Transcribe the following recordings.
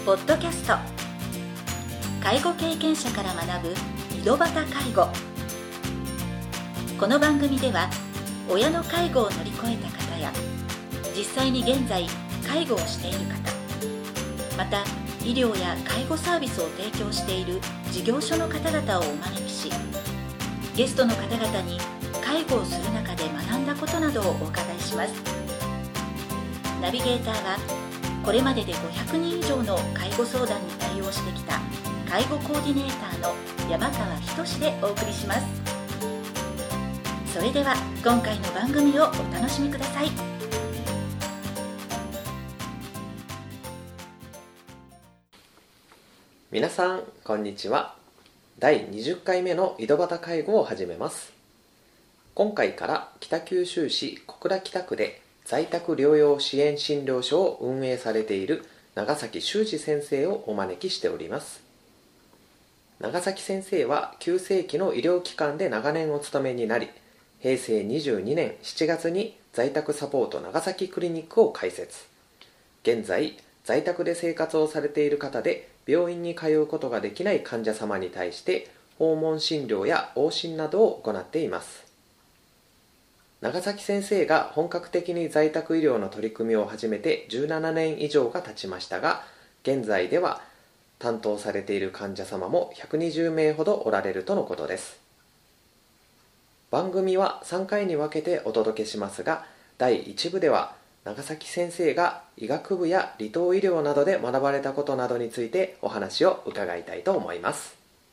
ポッドキャスト、介護経験者から学ぶ井戸端介護。この番組では親の介護を乗り越えた方や実際に現在介護をしている方、また医療や介護サービスを提供している事業所の方々をお招きし、ゲストの方々に介護をする中で学んだことなどをお伺いします。ナビゲーターはこれまでで500人以上の介護相談に対応してきた介護コーディネーターの山川仁でお送りします。それでは今回の番組をお楽しみください。 皆さんこんにちは。第20回目の井戸端介護を始めます。今回から北九州市小倉北区で在宅療養支援診療所を運営されている長崎修二先生をお招きしております。長崎先生は急性期の医療機関で長年お勤めになり、平成22年7月に在宅サポート長崎クリニックを開設。現在在宅で生活をされている方で病院に通うことができない患者様に対して訪問診療や往診などを行っています。長崎先生が本格的に在宅医療の取り組みを始めて17年以上が経ちましたが、現在では担当されている患者様も120名ほどおられるとのことです。番組は3回に分けてお届けしますが、第1部では長崎先生が医学部や離島医療などで学ばれたことなどについてお話を伺いたいと思います。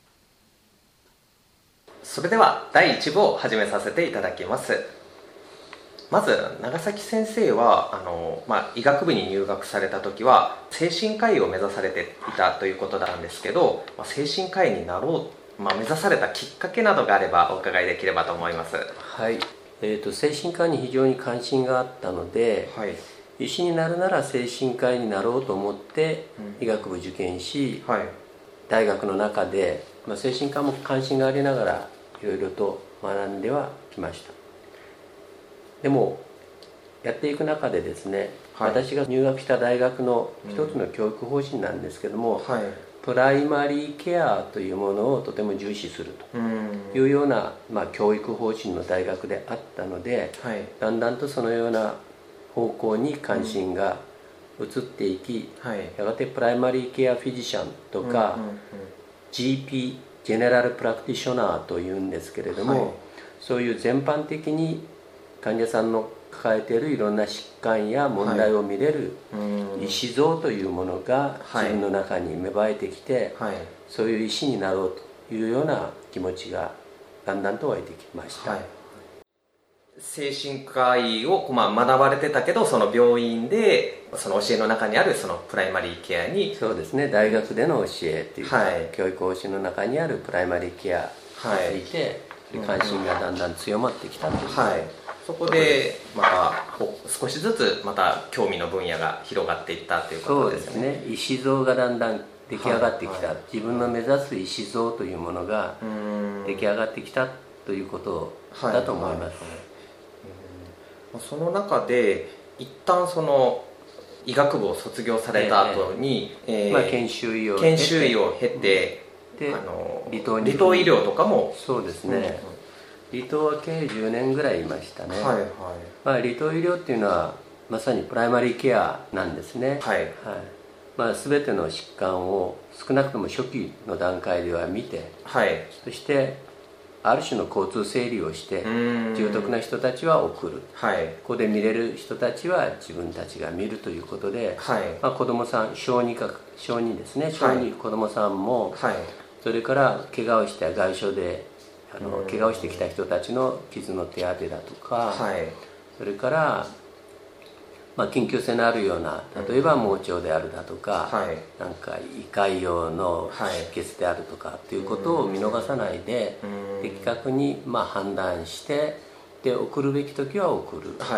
それでは第1部を始めさせていただきます。まず長崎先生は医学部に入学された時は精神科医を目指されていたということなんですけど、精神科医になろう、目指されたきっかけなどがあればお伺いできればと思います。 はい、精神科に非常に関心があったので、はい、医師になるなら精神科医になろうと思って医学部受験し、はい、大学の中で、精神科も関心がありながらいろいろと学んではきました。でもやっていく中でですね、はい、私が入学した大学の一つの教育方針なんですけども、はい、プライマリーケアというものをとても重視するというような、教育方針の大学であったので、はい、だんだんとそのような方向に関心が移っていき、はい、やがてプライマリーケアフィジシャンとか、GP ジェネラルプラクティショナーというんですけれども、はい、そういう全般的に患者さんの抱えているいろんな疾患や問題を見れる医師像というものが自分の中に芽生えてきて、はい、そういう医師になろうというような気持ちがだんだんと湧いてきました。はい、 精神科医を学ばれてたけど、その病院でその教えの中にあるそのプライマリーケアに、 そうですね、大学での教えというか、はい、教育方針の中にあるプライマリーケアについて、関心がだんだん強まってきたという、はい、 そこでまた少しずつまた興味の分野が広がっていったということですね。 そうですね、医師像がだんだん出来上がってきた、はい、自分の目指す医師像というものが出来上がってきたということだと思います。 その中で一旦その医学部を卒業された後に、 研修医を経て、 で離島医療とかも。 そうですね、離島は計10年ぐらいいましたね。はいはい、離島医療っていうのはまさにプライマリーケアなんですね。はいはい、全ての疾患を少なくとも初期の段階では見て、はい、そしてある種の交通整理をして重篤な人たちは送る、はい、ここで見れる人たちは自分たちが見るということで、はい、子どもさん小児ですね、小児子どもさんも、はい、それから怪我をした外傷で怪我をしてきた人たちの傷の手当てだとか、はい、それから、緊急性のあるような、例えば盲腸であるだとか、はい、なんか胃潰瘍の出血であるとかということを見逃さないで、的確に判断してで送るべき時は送る、はい、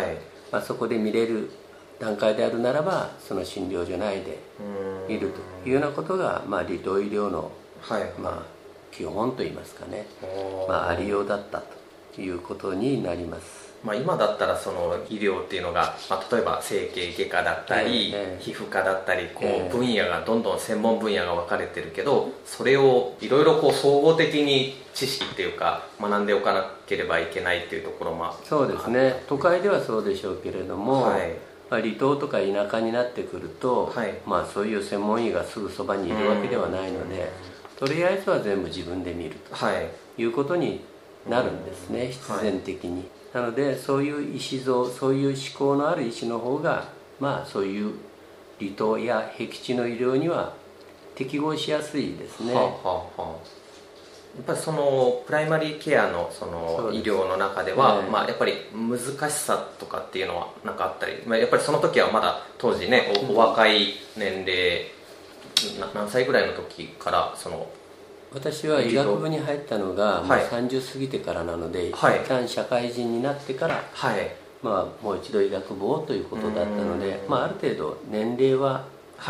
そこで見れる段階であるならばその診療所内で見るというようなことが、離島医療の、はい、基本といいますかね、ありようだったということになります。 今だったらその医療っていうのが、例えば整形外科だったり、皮膚科だったり分野がどんどん専門分野が分かれてるけど、それをいろいろ総合的に知識っていうか学んでおかなければいけないっていうところもそうですね。都会ではそうでしょうけれども、離島とか田舎になってくると、そういう専門医がすぐそばにいるわけではないので、とりあえずは全部自分で見るということになるんですね、必然的に。なのでそういう医師像、そういう思考のある医師の方がそういう離島や僻地の医療には適合しやすいですね。 やっぱりそのプライマリーケアのその医療の中では、やっぱり難しさとかっていうのは何かあったり、やっぱりその時はまだ当時ね、お若い年齢、何歳ぐらいの時からその私は医学部に入ったのがもう30過ぎてからなので、一旦社会人になってから、もう一度医学部をということだったので、ある程度年齢は、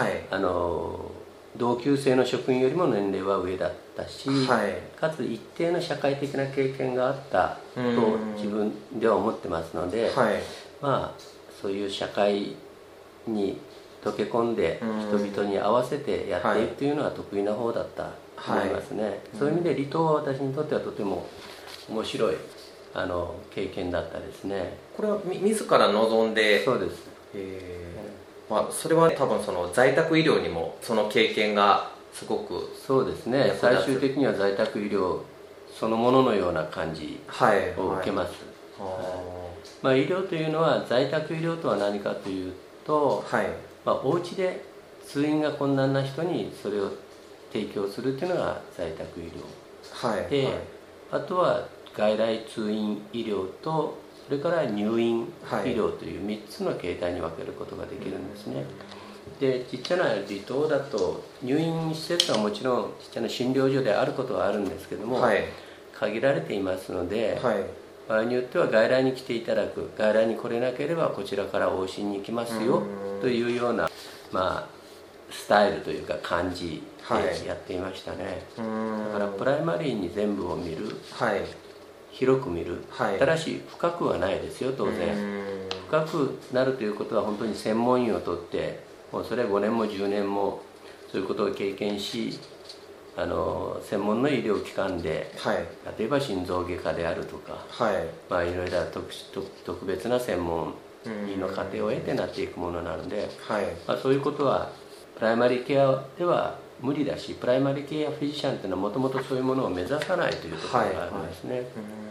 同級生の職員よりも年齢は上だったし、かつ一定の社会的な経験があったと自分では思ってますので、そういう社会に溶け込んで人々に合わせてやっていくというのは得意な方だったと思いますね。そういう意味で離島は私にとってはとても面白い経験だったですね。 これは自ら望んで。 そうです。 それは多分その在宅医療にもその経験がすごく。 そうですね。最終的には在宅医療そのもののような感じを受けます。医療というのは、在宅医療とは何かというと、お家で通院が困難な人にそれを提供するというのが在宅医療、であとは外来通院医療と、それから入院医療という3つの形態に分けることができるんですね。でちっちゃな離島だと入院施設はもちろんちっちゃな診療所であることはあるんですけども、限られていますので、場合によっては外来に来ていただく、外来に来れなければこちらから往診に行きますよというようなスタイルというか感じでやっていましたね。だからプライマリーに全部を見る、広く見る、ただし深くはないですよ当然。深くなるということは本当に専門医を取って、もうそれは5年も10年もそういうことを経験し、専門の医療機関で、例えば心臓外科であるとか、いろいろ特別な専門医の過程を経てなっていくものなので、そういうことはプライマリーケアでは無理だし、プライマリーケアフィジシャンというのはもともとそういうものを目指さないというところがあるんですね。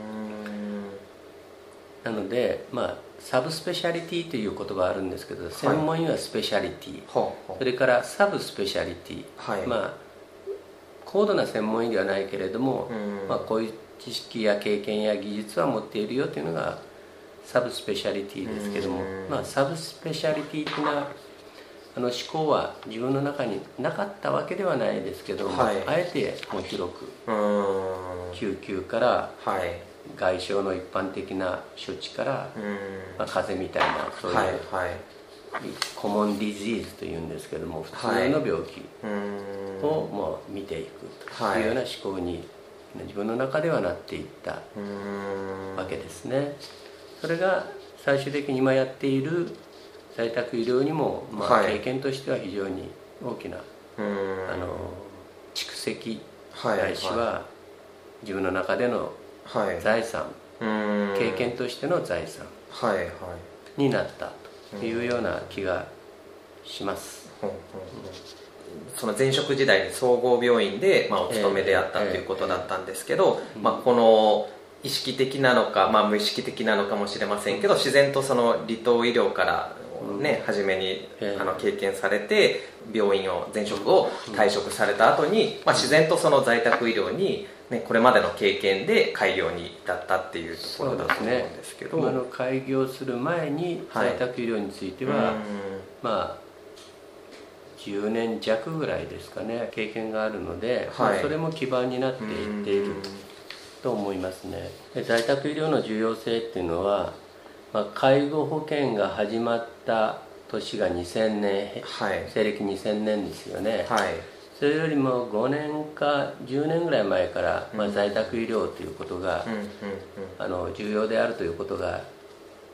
なので、サブスペシャリティという言葉があるんですけど、専門医はスペシャリティ、それからサブスペシャリティ、高度な専門医ではないけれども、こういう知識や経験や技術は持っているよというのがサブスペシャリティですけども、サブスペシャリティというのは思考は自分の中になかったわけではないですけども、あえてもう広く、救急から外傷の一般的な処置から、風邪みたいなそういうコモンディジーズというんですけども、普通の病気をもう見ていくというような思考に自分の中ではなっていったわけですね。それが最終的に今やっている在宅医療にも、経験としては非常に大きな蓄積ないしは自分の中での財産、経験としての財産になったというような気がします。 その前職時代に総合病院で、お勤めであったということだったんですけど、この意識的なのか、無意識的なのかもしれませんけど、自然とその離島医療から初めに経験されて、病院を前職を退職された後に、自然とその在宅医療に、これまでの経験で開業に至ったっていうところだと思うんですけど、 開業する前に在宅医療については、10年弱ぐらいですかね、経験があるので、それも基盤になっていっていると思いますね。在宅医療の重要性っていうのは、介護保険が始まった年が2000年、西暦2000年ですよね。それよりも5年か10年ぐらい前から、在宅医療ということが、重要であるということが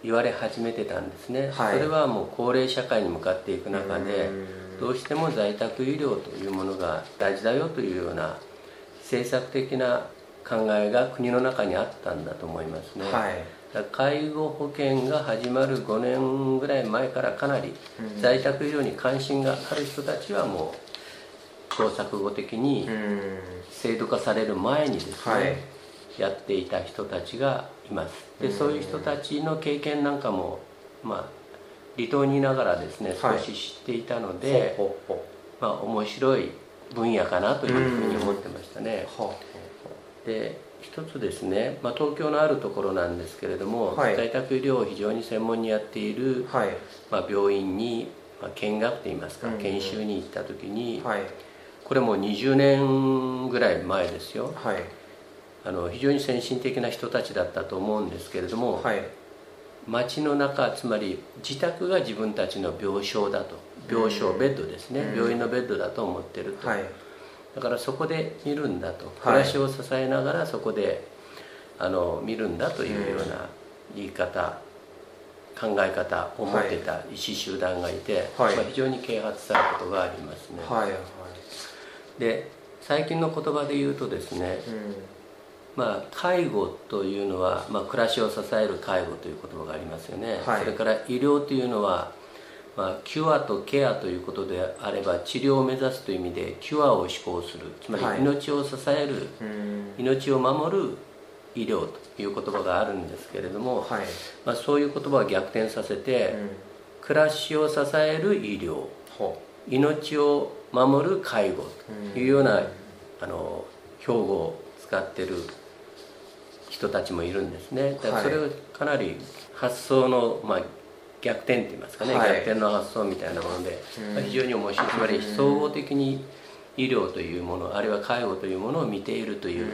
言われ始めてたんですね、それはもう高齢社会に向かっていく中でどうしても在宅医療というものが大事だよというような政策的な考えが国の中にあったんだと思いますね、介護保険が始まる5年ぐらい前からかなり在宅医療に関心がある人たちはもう試行錯誤的に制度化される前にですね、やっていた人たちがいます。でそういう人たちの経験なんかも離島にいながらですね少し知っていたので、面白い分野かなというふうに思ってましたね。で一つですね、東京のあるところなんですけれども、在宅医療を非常に専門にやっている、病院に、見学といいますか、研修に行った時に、これもう20年ぐらい前ですよ、非常に先進的な人たちだったと思うんですけれども、街の中、つまり自宅が自分たちの病床だと、病床ベッドですね、病院のベッドだと思ってると、だからそこで見るんだと、暮らしを支えながらそこで見るんだというような言い方、考え方を持っていた医師集団がいて、非常に啓発されたことがありますね。で最近の言葉で言うとですね、介護というのは、暮らしを支える介護という言葉がありますよね、それから医療というのは、キュアとケアということであれば治療を目指すという意味でキュアを志向する、つまり命を支える、命を守る医療という言葉があるんですけれども、そういう言葉を逆転させて、暮らしを支える医療、命を守る介護というような標語を使っている人たちもいるんですね。だからそれはかなり発想の、逆転といいますかね、逆転の発想みたいなもので、非常に面白い。つまり総合的に医療というもの、あるいは介護というものを見ているという、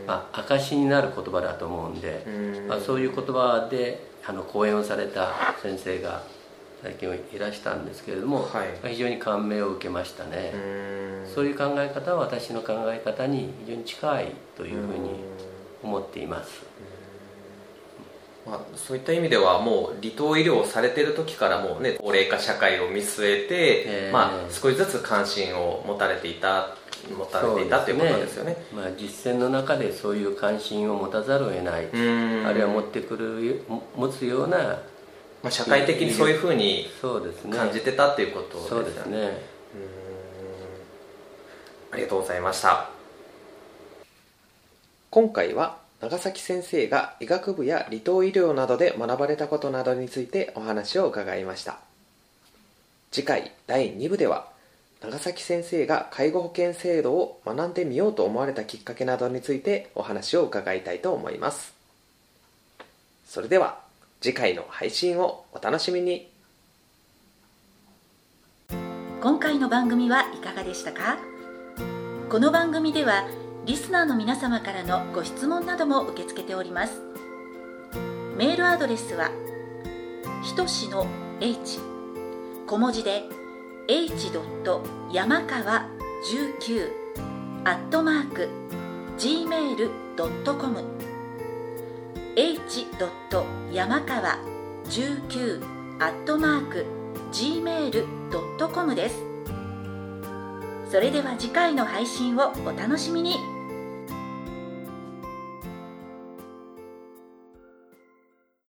証になる言葉だと思うんで、そういう言葉で講演をされた先生が最近いらしたんですけれども、非常に感銘を受けましたね。そういう考え方は私の考え方に非常に近いというふうに思っています。 そういった意味ではもう離島医療をされている時からもうね、高齢化社会を見据えて、少しずつ関心を持たれていたということですよね。 実践の中でそういう関心を持たざるを得ない、あるいは持つような、 社会的にそういうふうに感じてたっていうことですよね。 そうですね。 ありがとうございました。今回は長崎先生が医学部や離島医療などで学ばれたことなどについてお話を伺いました。次回第2部では長崎先生が介護保険制度を学んでみようと思われたきっかけなどについてお話を伺いたいと思います。それでは次回の配信をお楽しみに。 今回の番組はいかがでしたか？この番組ではリスナーの皆様からのご質問なども受け付けております。メールアドレスはひとしの h 小文字で h. 山川19 @gmail.com h. 山川19 @gmail.com です。それでは次回の配信をお楽しみに。